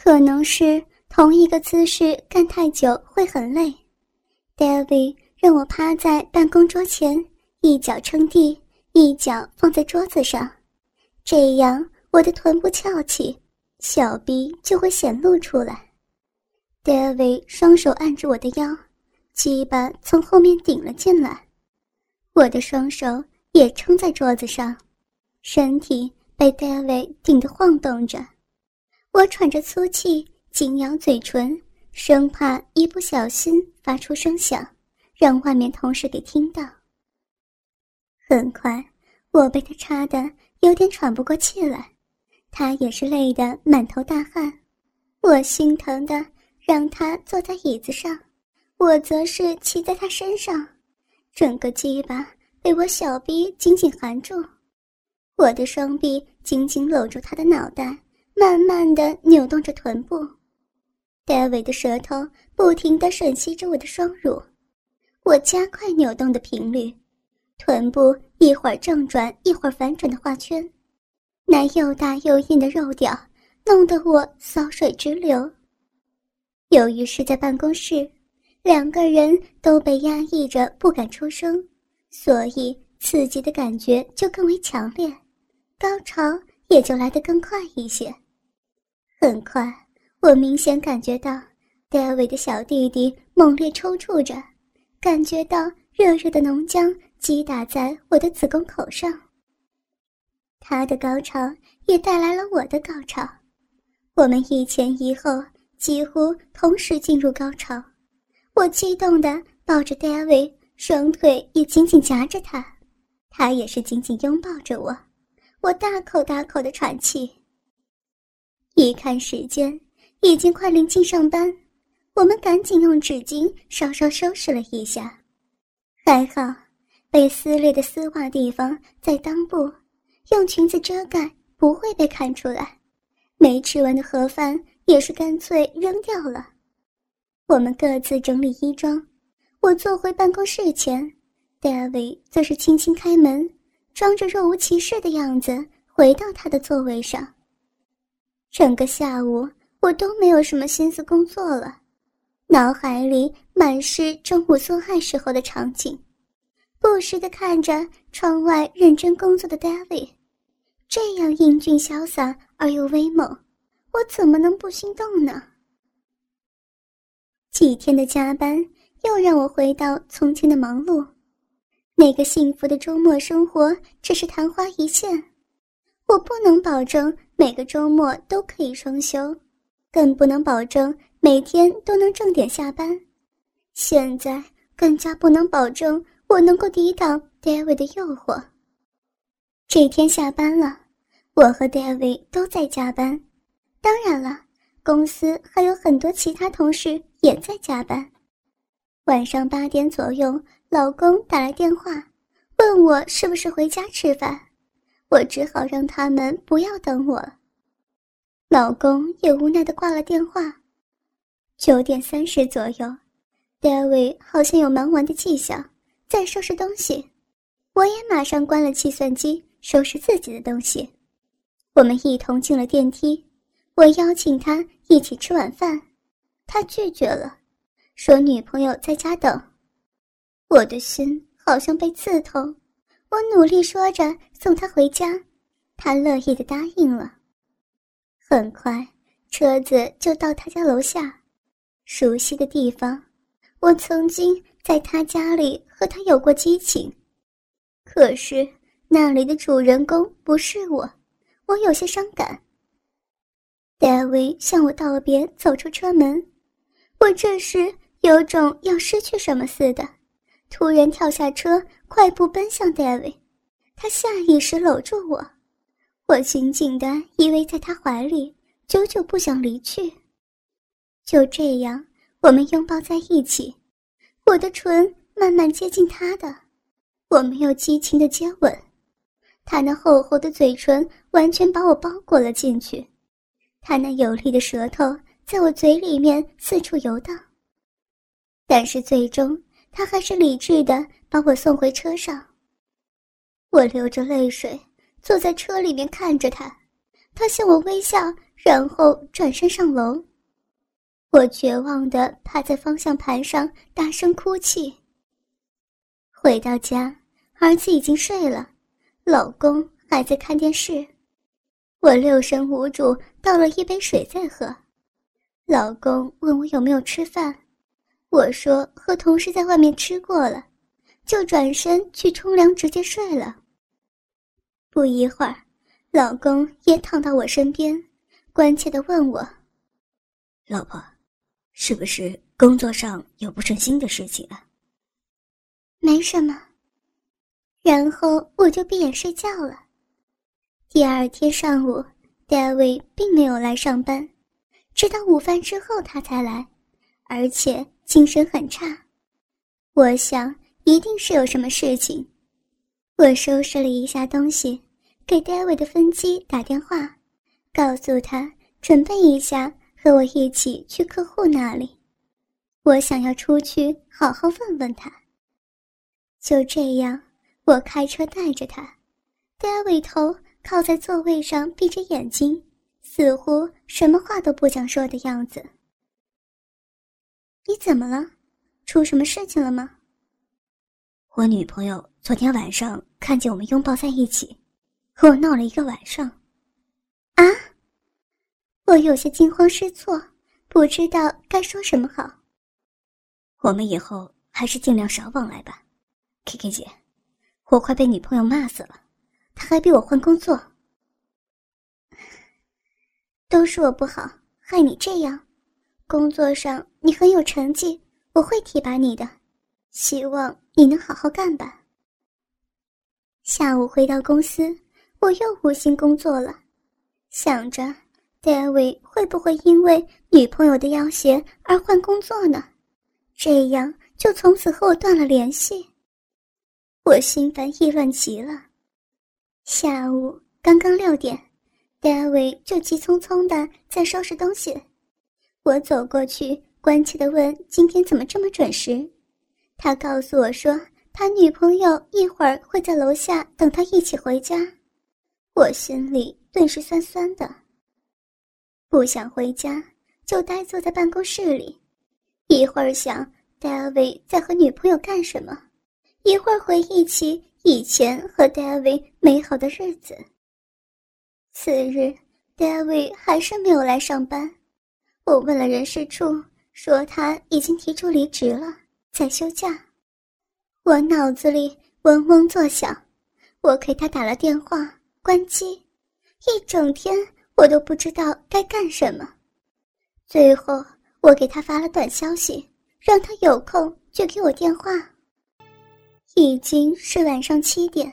可能是同一个姿势干太久会很累， David 让我趴在办公桌前，一脚撑地，一脚放在桌子上，这样我的臀部翘起，小臂就会显露出来。 David 双手按住我的腰，鸡巴从后面顶了进来，我的双手也撑在桌子上，身体被 David 顶得晃动着。我喘着粗气，紧咬嘴唇，生怕一不小心发出声响，让外面同事给听到。很快，我被他插得有点喘不过气来，他也是累得满头大汗。我心疼的让他坐在椅子上，我则是骑在他身上，整个鸡巴被我小臂紧紧含住，我的双臂紧紧搂住他的脑袋，慢慢地扭动着臀部。David 的舌头不停地吮吸着我的双乳，我加快扭动的频率，臀部一会儿正转一会儿反转的画圈，那又大又硬的肉屌弄得我骚水直流。由于是在办公室，两个人都被压抑着不敢出声，所以刺激的感觉就更为强烈，高潮也就来得更快一些。很快，我明显感觉到 David 的小弟弟猛烈抽搐着，感觉到热热的浓浆击打在我的子宫口上。他的高潮也带来了我的高潮，我们一前一后几乎同时进入高潮。我激动地抱着 David， 双腿也紧紧夹着他，他也是紧紧拥抱着我，我大口大口地喘气。一看时间，已经快临近上班，我们赶紧用纸巾稍稍收拾了一下。还好，被撕裂的丝袜地方在裆部，用裙子遮盖不会被看出来。没吃完的盒饭也是干脆扔掉了。我们各自整理衣装，我坐回办公室前， David 则是轻轻开门，装着若无其事的样子回到他的座位上。整个下午我都没有什么心思工作了，脑海里满是中午做爱时候的场景，不时地看着窗外认真工作的 David， 这样英俊潇洒而又威猛，我怎么能不心动呢？几天的加班又让我回到从前的忙碌，那个幸福的周末生活只是昙花一现。我不能保证每个周末都可以双休，更不能保证每天都能正点下班，现在更加不能保证我能够抵挡 David 的诱惑。这天下班了，我和 David 都在加班，当然了，公司还有很多其他同事也在加班。晚上8点左右，老公打来电话，问我是不是回家吃饭，我只好让他们不要等我。老公也无奈地挂了电话。9点30左右， David 好像有忙完的迹象，在收拾东西，我也马上关了计算机，收拾自己的东西。我们一同进了电梯，我邀请他一起吃晚饭，他拒绝了，说女朋友在家等。我的心好像被刺痛，我努力说着送他回家，他乐意地答应了。很快，车子就到他家楼下，熟悉的地方，我曾经在他家里和他有过激情，可是那里的主人公不是我，我有些伤感。David 向我道别，走出车门，我这时有种要失去什么似的，突然跳下车，快步奔向 David， 他下意识搂住我，我紧紧地依偎在他怀里，久久不想离去。就这样，我们拥抱在一起，我的唇慢慢接近他的，我们又激情的接吻，他那厚厚的嘴唇完全把我包裹了进去，他那有力的舌头在我嘴里面四处游荡。但是最终他还是理智地把我送回车上。我流着泪水坐在车里面看着他，他向我微笑， 然后转身上楼。我绝望地趴在方向盘上大声哭泣。回到家，儿子已经睡了，老公还在看电视。我六神无主，倒了一杯水在喝。老公问我有没有吃饭，我说和同事在外面吃过了，就转身去冲凉直接睡了。不一会儿，老公也躺到我身边，关切地问我： 老婆，是不是工作上有不顺心的事情啊？ 没什么。然后我就闭眼睡觉了。第二天上午 David 并没有来上班，直到午饭之后他才来，而且精神很差。我想一定是有什么事情。我收拾了一下东西，给 David 的分机打电话，告诉他准备一下和我一起去客户那里。我想要出去好好问问他。就这样，我开车带着他。 David 头靠在座位上闭着眼睛，似乎什么话都不想说的样子。你怎么了？出什么事情了吗？ 我女朋友昨天晚上看见我们拥抱在一起，和我闹了一个晚上。 啊？我有些惊慌失措，不知道该说什么好。 我们以后还是尽量少往来吧。 KK 姐，我快被女朋友骂死了，她还逼我换工作。 都是我不好，害你这样。工作上你很有成绩，我会提拔你的，希望你能好好干吧。下午回到公司，我又无心工作了，想着 David 会不会因为女朋友的要挟而换工作呢？这样就从此和我断了联系。我心烦意乱极了。下午刚刚6点，David 就急匆匆地在收拾东西。我走过去，关切地问今天怎么这么准时。他告诉我说，他女朋友一会儿会在楼下等他一起回家。我心里顿时酸酸的，不想回家，就呆坐在办公室里。一会儿想 David 在和女朋友干什么，一会儿回忆起以前和 David 美好的日子。次日 David 还是没有来上班。我问了人事处，说他已经提出离职了，在休假。我脑子里嗡嗡作响，我给他打了电话，关机，一整天我都不知道该干什么。最后我给他发了短消息，让他有空就给我电话。已经是晚上7点，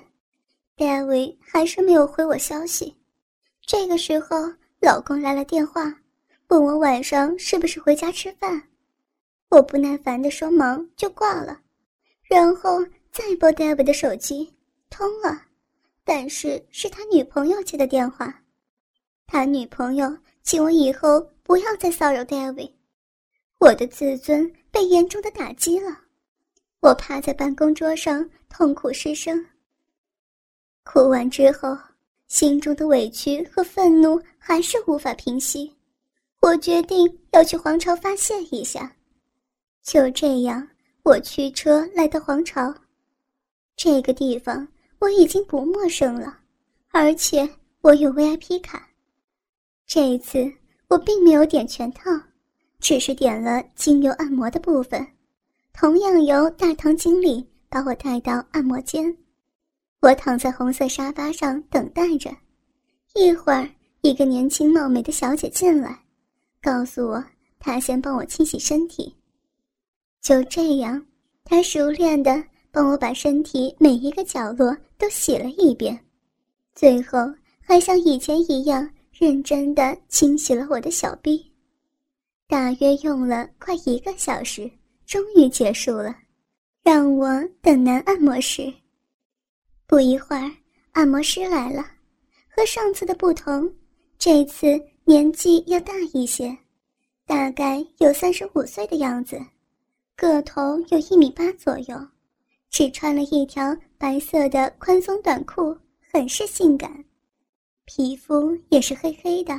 David 还是没有回我消息。这个时候老公来了电话，问我晚上是不是回家吃饭。我不耐烦地说忙就挂了，然后再拨 David 的手机，通了，但是是他女朋友接的电话。他女朋友请我以后不要再骚扰 David。 我的自尊被严重的打击了。我趴在办公桌上痛哭失声。哭完之后，心中的委屈和愤怒还是无法平息。我决定要去皇朝发泄一下。就这样，我驱车来到皇朝。这个地方我已经不陌生了，而且我有 VIP 卡。这一次我并没有点全套，只是点了精油按摩的部分，同样由大堂经理把我带到按摩间。我躺在红色沙发上等待着。一会儿，一个年轻貌美的小姐进来，告诉我她先帮我清洗身体。就这样，她熟练地帮我把身体每一个角落都洗了一遍，最后还像以前一样认真地清洗了我的小臂。大约用了快1个小时，终于结束了，让我等男按摩师。不一会儿，按摩师来了。和上次的不同，这次年纪要大一些，大概有35岁的样子，个头有1.8米左右，只穿了一条白色的宽松短裤，很是性感。皮肤也是黑黑的，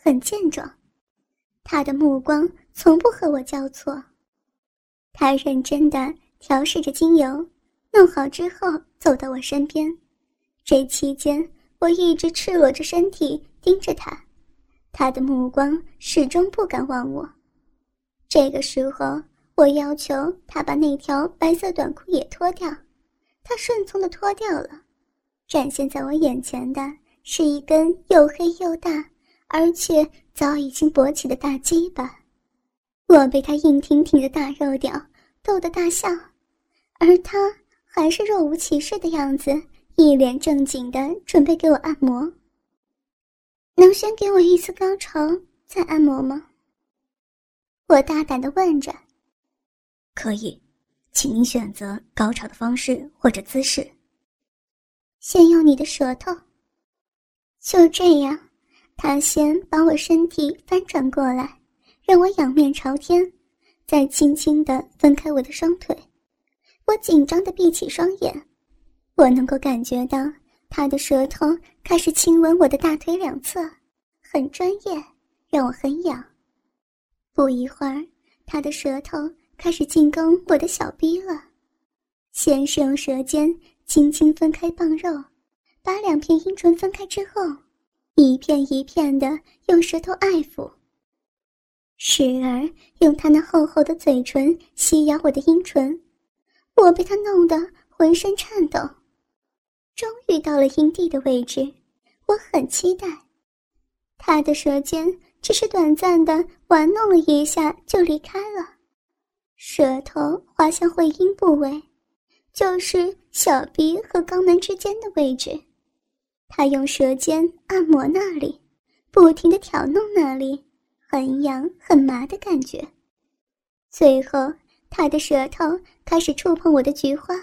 很健壮，他的目光从不和我交错。他认真地调试着精油，弄好之后走到我身边。这期间我一直赤裸着身体盯着他，他的目光始终不敢望我。这个时候我要求他把那条白色短裤也脱掉，他顺从地脱掉了。展现在我眼前的是一根又黑又大而且早已经勃起的大鸡巴。我被他硬挺挺的大肉屌逗得大笑，而他还是若无其事的样子，一脸正经的准备给我按摩。能先给我一次高潮再按摩吗？我大胆地问着。 可以，请您选择高潮的方式或者姿势。 先用你的舌头。就这样，他先把我身体翻转过来，让我仰面朝天，再轻轻地分开我的双腿。我紧张地闭起双眼，我能够感觉到他的舌头开始亲吻我的大腿两侧，很专业，让我很痒。不一会儿，他的舌头开始进攻我的小逼了。先是用舌尖轻轻分开棒肉，把两片阴唇分开之后，一片一片地用舌头爱抚，时而用他那厚厚的嘴唇吸咬我的阴唇。我被他弄得浑身颤抖。终于到了阴蒂的位置，我很期待。他的舌尖只是短暂地玩弄了一下就离开了，舌头滑向会阴部位，就是小臂和肛门之间的位置。他用舌尖按摩那里，不停地挑弄那里，很痒很麻的感觉。最后他的舌头开始触碰我的菊花。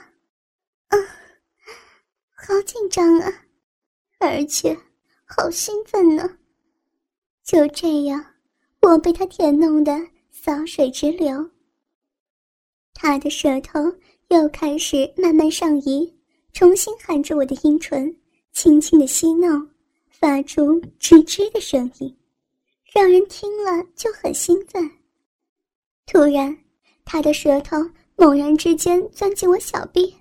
好紧张啊，而且好兴奋呢。就这样，我被他舔弄得骚水直流。他的舌头又开始慢慢上移，重新含着我的阴唇，轻轻地吸弄，发出吱吱的声音，让人听了就很兴奋。突然，他的舌头猛然之间钻进我小臂，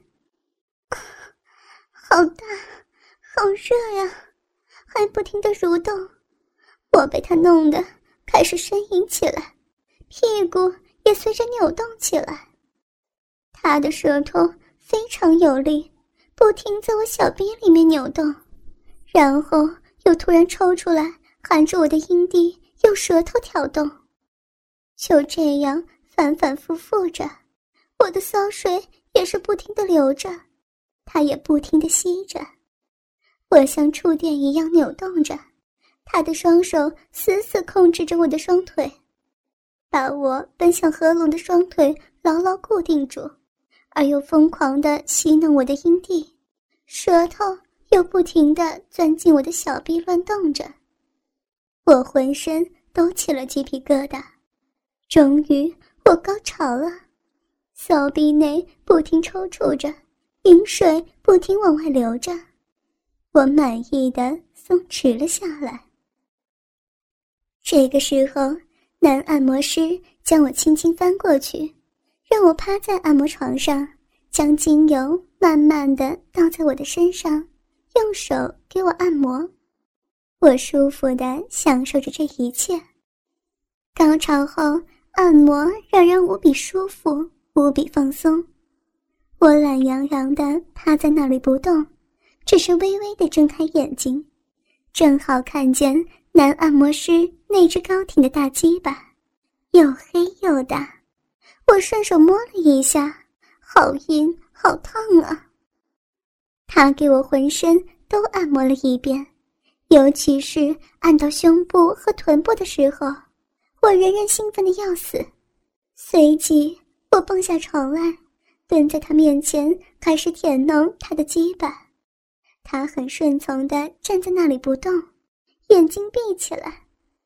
好大，好热呀，还不停地蠕动。我被他弄得开始呻吟起来，屁股也随着扭动起来。他的舌头非常有力，不停在我小臂里面扭动，然后又突然抽出来，含着我的阴蒂用舌头挑动。就这样反反复复着，我的骚水也是不停地流着，他也不停地吸着。我像触电一样扭动着，他的双手死死控制着我的双腿，把我奔向合拢的双腿牢牢固定住，而又疯狂地吸弄我的阴蒂，舌头又不停地钻进我的小臂乱动着。我浑身都起了鸡皮疙瘩。终于我高潮了，骚逼内不停抽搐着，饮水不停往外流着，我满意地松弛了下来。这个时候，男按摩师将我轻轻翻过去，让我趴在按摩床上，将精油慢慢地倒在我的身上，用手给我按摩。我舒服地享受着这一切。高潮后，按摩让人无比舒服，无比放松。我懒洋洋地趴在那里不动，只是微微地睁开眼睛，正好看见男按摩师那只高挺的大鸡巴，又黑又大。我顺手摸了一下，好阴好烫啊。他给我浑身都按摩了一遍，尤其是按到胸部和臀部的时候，我仍然兴奋得要死。随即我蹦下床来，蹲在他面前开始舔弄他的鸡巴。他很顺从地站在那里不动，眼睛闭起来。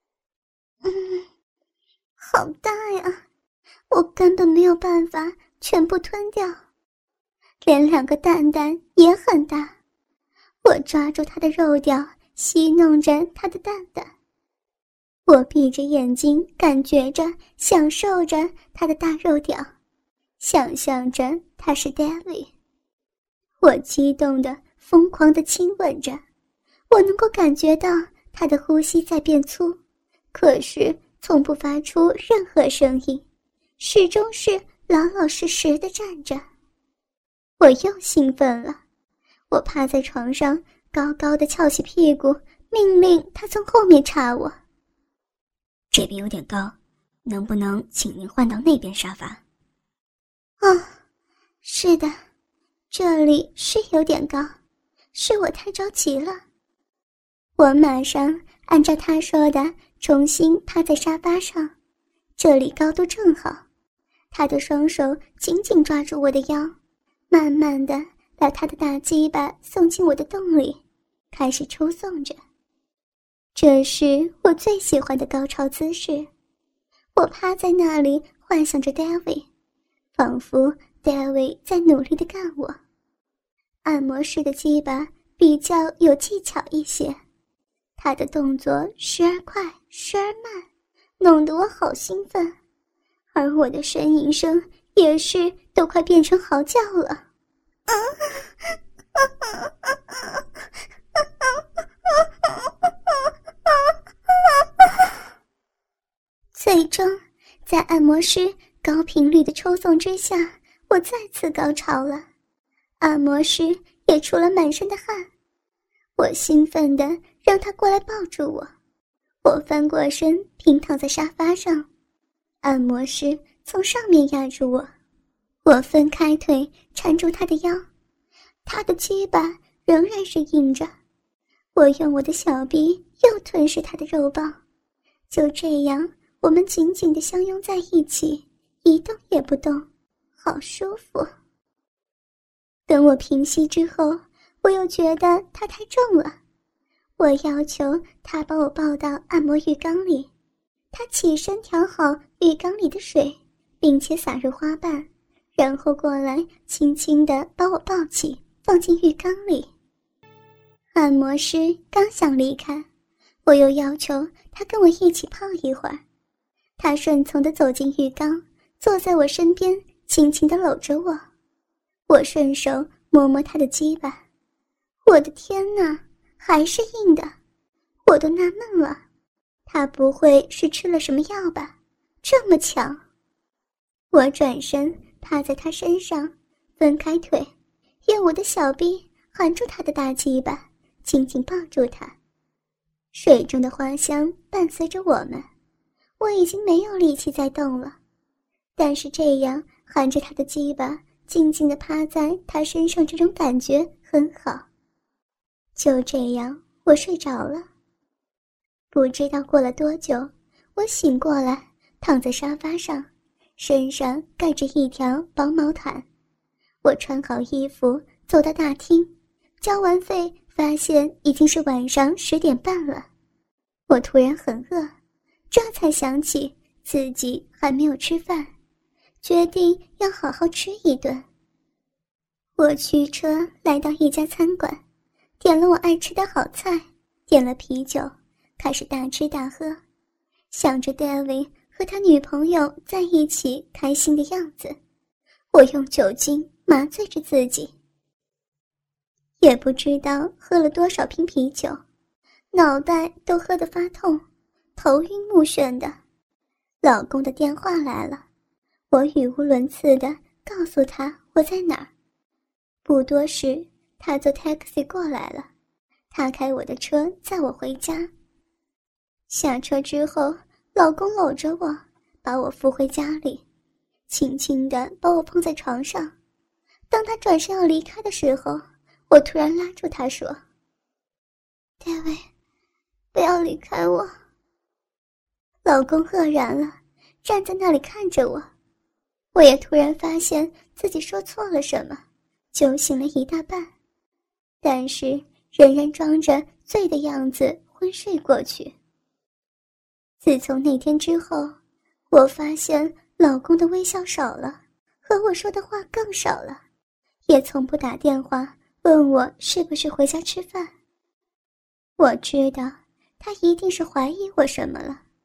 好大呀，我根本没有办法全部吞掉，连两个蛋蛋也很大。我抓住他的肉屌，吸弄着他的蛋蛋。 我闭着眼睛，感觉着，享受着他的大肉屌，想象着他是 David。 我激动的疯狂地亲吻着，我能够感觉到他的呼吸在变粗，可是从不发出任何声音，始终是老老实实地站着。我又兴奋了，我趴在床上，高高的翘起屁股，命令他从后面插我。 这边有点高，能不能请您换到那边沙发？ 哦，是的，这里是有点高，是我太着急了。我马上按照他说的重新趴在沙发上，这里高度正好。他的双手紧紧抓住我的腰，慢慢的把他的大鸡巴送进我的洞里，开始抽送着。这是我最喜欢的高潮姿势。我趴在那里幻想着 David， 仿佛 David 在努力地干我。按摩师的鸡巴比较有技巧一些，他的动作时而快时而慢，弄得我好兴奋，而我的呻吟声也是都快变成嚎叫了。最终在按摩师高频率的抽送之下，我再次高潮了。按摩师也出了满身的汗，我兴奋地让他过来抱住我。我翻过身平躺在沙发上，按摩师从上面压住我，我分开腿缠住他的腰，他的鸡巴仍然是硬着，我用我的小臂又吞噬他的肉棒，就这样我们紧紧地相拥在一起，一动也不动，好舒服。等我平息之后，我又觉得他太重了，我要求他把我抱到按摩浴缸里，他起身调好浴缸里的水，并且洒入花瓣，然后过来轻轻地把我抱起放进浴缸里。按摩师刚想离开，我又要求他跟我一起泡一会儿，他顺从地走进浴缸，坐在我身边，轻轻地搂着我。我顺手摸摸他的鸡巴，我的天哪，还是硬的，我都纳闷了，他不会是吃了什么药吧？这么强。我转身趴在他身上，分开腿，用我的小臂含住他的大鸡巴，紧紧抱住他。水中的花香伴随着我们，我已经没有力气再动了，但是这样含着他的鸡巴静静地趴在他身上，这种感觉很好。就这样我睡着了。不知道过了多久，我醒过来，躺在沙发上，身上盖着一条薄毛毯。我穿好衣服走到大厅，交完费发现已经是晚上10点半了。我突然很饿，这才想起自己还没有吃饭，决定要好好吃一顿。我驱车来到一家餐馆，点了我爱吃的好菜，点了啤酒，开始大吃大喝，想着 David 和他女朋友在一起开心的样子，我用酒精麻醉着自己。也不知道喝了多少瓶啤酒，脑袋都喝得发痛，头晕目眩的。老公的电话来了，我语无伦次地告诉他我在哪儿。不多时，他坐 taxi 过来了，他开我的车载我回家。下车之后，老公搂着我，把我扶回家里，轻轻地把我碰在床上。当他转身要离开的时候，我突然拉住他说： David， 不要离开我。老公愕然了，站在那里看着我。我也突然发现自己说错了什么，酒醒了一大半，但是仍然装着醉的样子昏睡过去。自从那天之后，我发现老公的微笑少了，和我说的话更少了，也从不打电话问我是不是回家吃饭。我知道他一定是怀疑我什么了，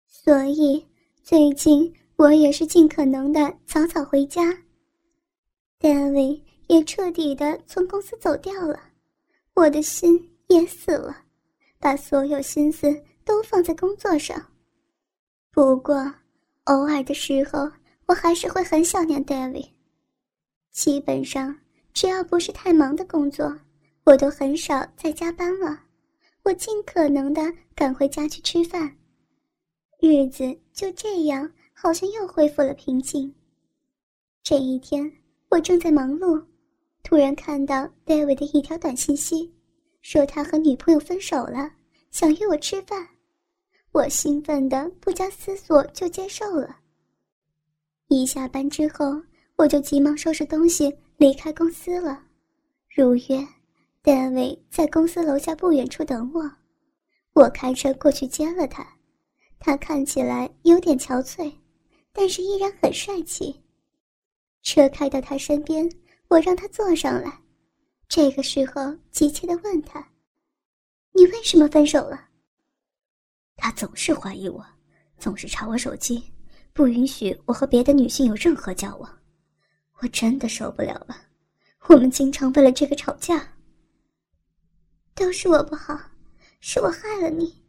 所以最近我也是尽可能的早早回家。David 也彻底的从公司走掉了，我的心也死了，把所有心思都放在工作上。不过偶尔的时候我还是会很想念 David。 基本上只要不是太忙的工作，我都很少再加班了。我尽可能的赶回家去吃饭，日子就这样好像又恢复了平静。这一天我正在忙碌，突然看到 David 的一条短信息，说他和女朋友分手了，想约我吃饭。我兴奋的不加思索就接受了。一下班之后，我就急忙收拾东西离开公司了。如约 David 在公司楼下不远处等我，我开车过去接了他。他看起来有点憔悴，但是依然很帅气。车开到他身边，我让他坐上来。这个时候急切地问他：你为什么分手了？ 他总是怀疑我，总是查我手机，不允许我和别的女性有任何交往。我真的受不了了，我们经常为了这个吵架。 都是我不好，是我害了你。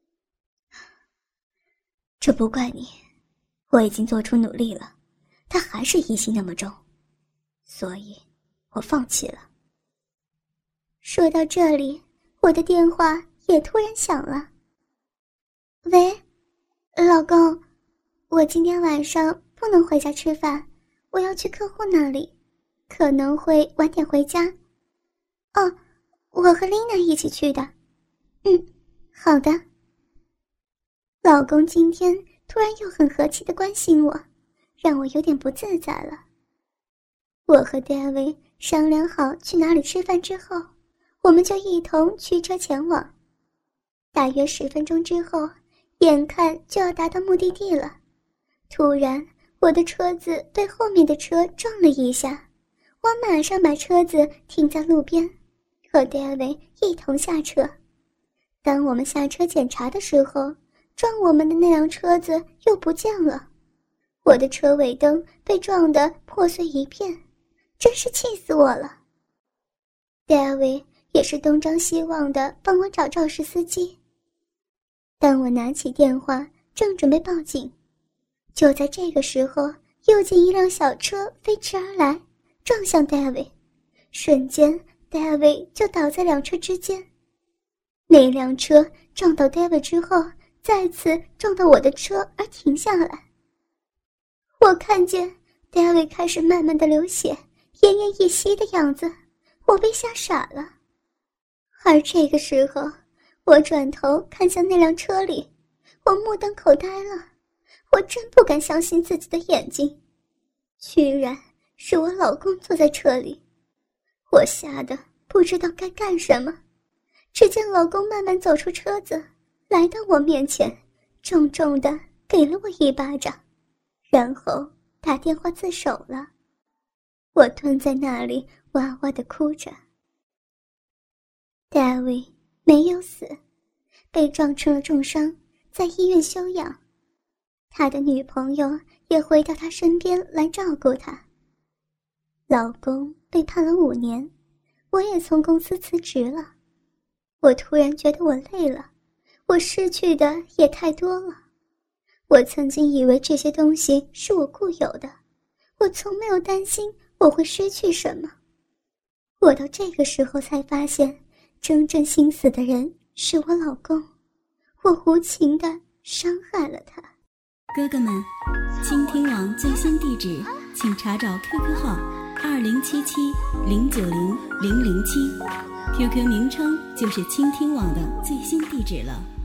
这不怪你，我已经做出努力了，他还是疑心那么重，所以我放弃了。 说到这里，我的电话也突然响了。喂，老公，我今天晚上不能回家吃饭，我要去客户那里，可能会晚点回家。哦，我和丽娜一起去的。好的。老公今天突然又很和气地关心我，让我有点不自在了。我和 David 商量好去哪里吃饭之后，我们就一同驱车前往。大约10分钟之后，眼看就要达到目的地了，突然我的车子被后面的车撞了一下，我马上把车子停在路边，和 David 一同下车。当我们下车检查的时候，撞我们的那辆车子又不见了，我的车尾灯被撞得破碎一片，真是气死我了。David 也是东张西望地帮我找肇事司机。当我拿起电话正准备报警，就在这个时候，又见一辆小车飞驰而来，撞向 David， 瞬间 David 就倒在两车之间。那辆车撞到 David 之后，再次撞到我的车而停下来。我看见 David 开始慢慢的流血，奄奄一息的样子，我被吓傻了。而这个时候，我转头看向那辆车里，我目瞪口呆了，我真不敢相信自己的眼睛，居然是我老公坐在车里。我吓得不知道该干什么，只见老公慢慢走出车子，来到我面前，重重地给了我一巴掌，然后打电话自首了。我蹲在那里哇哇地哭着。David 没有死，被撞成了重伤，在医院休养。他的女朋友也回到他身边来照顾他。老公被判了5年，我也从公司辞职了。我突然觉得我累了，我失去的也太多了。我曾经以为这些东西是我固有的，我从没有担心我会失去什么。我到这个时候才发现，真正心死的人是我老公，我无情地伤害了他。 哥哥们，倾听网最新地址请查找 QQ 号2077090007，QQ 名称就是倾听网的最新地址了。